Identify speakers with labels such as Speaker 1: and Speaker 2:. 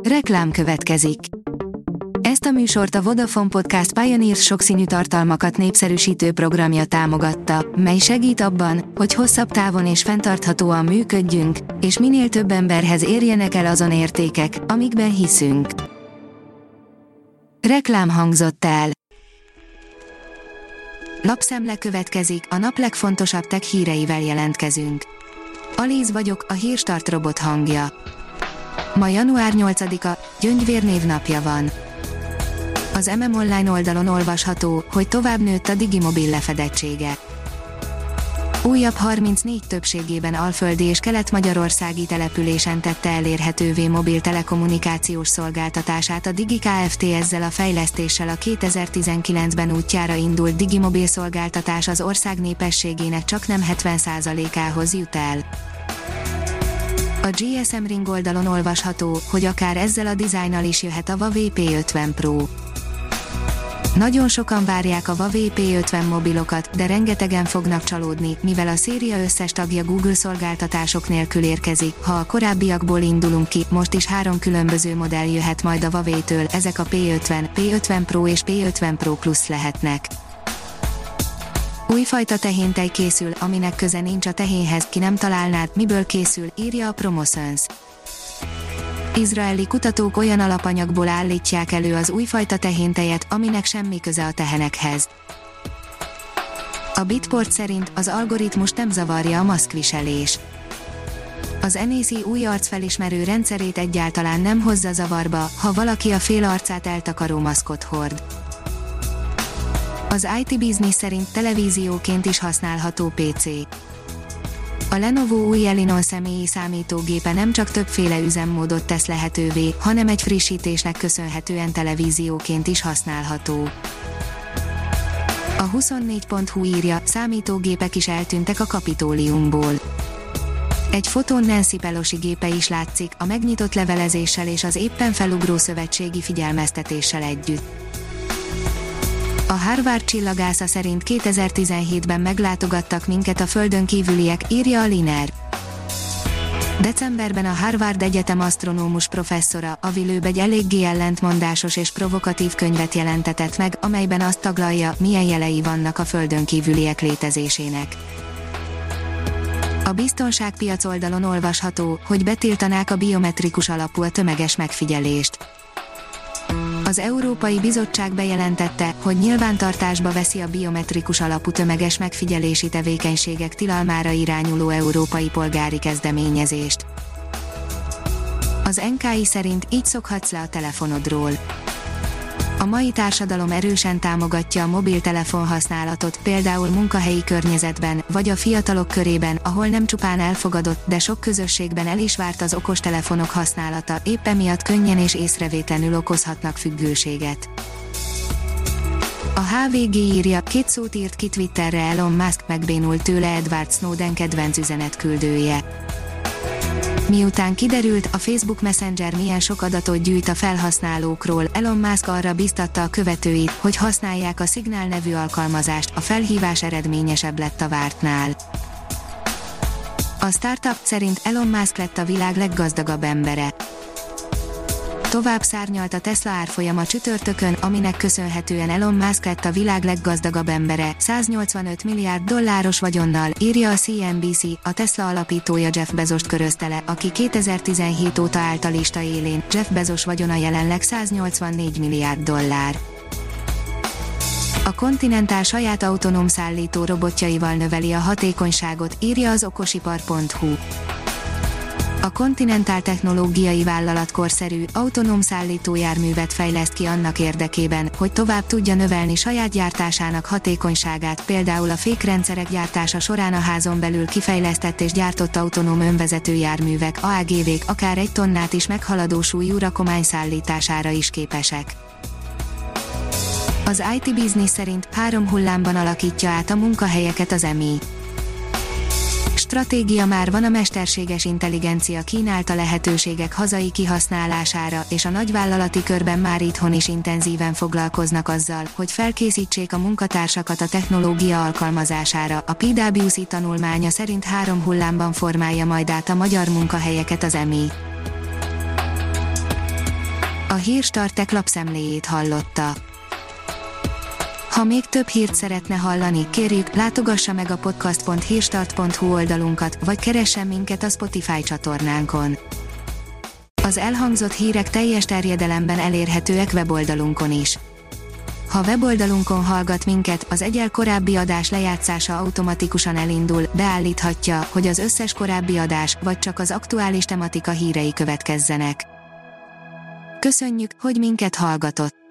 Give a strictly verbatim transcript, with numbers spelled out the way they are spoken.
Speaker 1: Reklám következik. Ezt a műsort a Vodafone Podcast Pioneers sokszínű tartalmakat népszerűsítő programja támogatta, mely segít abban, hogy hosszabb távon és fenntarthatóan működjünk, és minél több emberhez érjenek el azon értékek, amikben hiszünk. Reklám hangzott el. Lapszemle következik, a nap legfontosabb tech híreivel jelentkezünk. Alíz vagyok, a Hírstart robot hangja. Ma január nyolcadika, Gyöngyvér névnapja van. Az em em Online oldalon olvasható, hogy tovább nőtt a Digimobil lefedettsége. Újabb harmincnégy többségében alföldi és kelet-magyarországi településen tette elérhetővé mobil telekommunikációs szolgáltatását a Digi Kft. Ezzel a fejlesztéssel a kétezer-tizenkilencben útjára indult Digimobil szolgáltatás az ország népességének csaknem hetven százalékához jut el. A gé es em Ring oldalon olvasható, hogy akár ezzel a dizájnnal is jöhet a Huawei pé ötven Pro. Nagyon sokan várják a Huawei pé ötven mobilokat, de rengetegen fognak csalódni, mivel a széria összes tagja Google szolgáltatások nélkül érkezik. Ha a korábbiakból indulunk ki, most is három különböző modell jöhet majd a Huawei-től, ezek a pé ötven, pé ötven Pro és pé ötven Pro Plus lehetnek. Újfajta tehéntej készül, aminek köze nincs a tehénhez, ki nem találnád, miből készül, írja a Promoszöns. Izraeli kutatók olyan alapanyagból állítják elő az újfajta tehéntejet, aminek semmi köze a tehenekhez. A Bitport szerint az algoritmus nem zavarja a maszkviselés. Az en á cé új arcfelismerő rendszerét egyáltalán nem hozza zavarba, ha valaki a fél arcát eltakaró maszkot hord. Az i té Business szerint televízióként is használható pé cé. A Lenovo új Elinon személyi számítógépe nem csak többféle üzemmódot tesz lehetővé, hanem egy frissítésnek köszönhetően televízióként is használható. A huszonnégy pont hu írja, számítógépek is eltűntek a Kapitóliumból. Egy fotón Nancy Pelosi gépe is látszik, a megnyitott levelezéssel és az éppen felugró szövetségi figyelmeztetéssel együtt. A Harvard csillagásza szerint kétezer-tizenhétben meglátogattak minket a földön kívüliek, írja a Liner. Decemberben a Harvard Egyetem asztronómus professzora, Avi Loeb egy eléggé ellentmondásos és provokatív könyvet jelentetett meg, amelyben azt taglalja, milyen jelei vannak a földön kívüliek létezésének. A biztonságpiac oldalon olvasható, hogy betiltanák a biometrikus alapú a tömeges megfigyelést. Az Európai Bizottság bejelentette, hogy nyilvántartásba veszi a biometrikus alapú tömeges megfigyelési tevékenységek tilalmára irányuló európai polgári kezdeményezést. Az en ká i szerint így szokhatsz le a telefonodról. A mai társadalom erősen támogatja a mobiltelefon használatot, például munkahelyi környezetben, vagy a fiatalok körében, ahol nem csupán elfogadott, de sok közösségben el is várt az okostelefonok használata, épp emiatt könnyen és észrevétlenül okozhatnak függőséget. A há vé gé írja, két szót írt ki Twitterre Elon Musk, megbénult tőle Edward Snowden kedvenc üzenetküldője. Miután kiderült, a Facebook Messenger milyen sok adatot gyűjt a felhasználókról, Elon Musk arra biztatta a követőit, hogy használják a Signal nevű alkalmazást, a felhívás eredményesebb lett a vártnál. A startup szerint Elon Musk lett a világ leggazdagabb embere. Tovább szárnyalt a Tesla árfolyama csütörtökön, aminek köszönhetően Elon Musk lett a világ leggazdagabb embere, száznyolcvanöt milliárd dolláros vagyonnal, írja a cé en bé cé, a Tesla alapítója Jeff Bezost körözte le, aki kétezer-tizenhét óta állt a lista élén. Jeff Bezos vagyona jelenleg száznyolcvannégy milliárd dollár. A Continental saját autonóm szállító robotjaival növeli a hatékonyságot, írja az okosipar pont hu. A Continental technológiai vállalat korszerű, autonóm szállítójárművet fejleszt ki annak érdekében, hogy tovább tudja növelni saját gyártásának hatékonyságát, például a fékrendszerek gyártása során a házon belül kifejlesztett és gyártott autonóm önvezető járművek, á gé vék akár egy tonnát is meghaladó súlyú rakomány szállítására is képesek. Az i té Business szerint három hullámban alakítja át a munkahelyeket az em i. Stratégia már van a mesterséges intelligencia kínálta lehetőségek hazai kihasználására, és a nagyvállalati körben már itthon is intenzíven foglalkoznak azzal, hogy felkészítsék a munkatársakat a technológia alkalmazására. A pé dupla vé cé tanulmánya szerint három hullámban formálja majd át a magyar munkahelyeket az em i. A Hírstart lapszemléjét hallotta. Ha még több hírt szeretne hallani, kérjük, látogassa meg a podcast pont hírstart pont hu oldalunkat, vagy keressen minket a Spotify csatornánkon. Az elhangzott hírek teljes terjedelemben elérhetőek weboldalunkon is. Ha weboldalunkon hallgat minket, az egyel korábbi adás lejátszása automatikusan elindul, beállíthatja, hogy az összes korábbi adás, vagy csak az aktuális tematika hírei következzenek. Köszönjük, hogy minket hallgatott!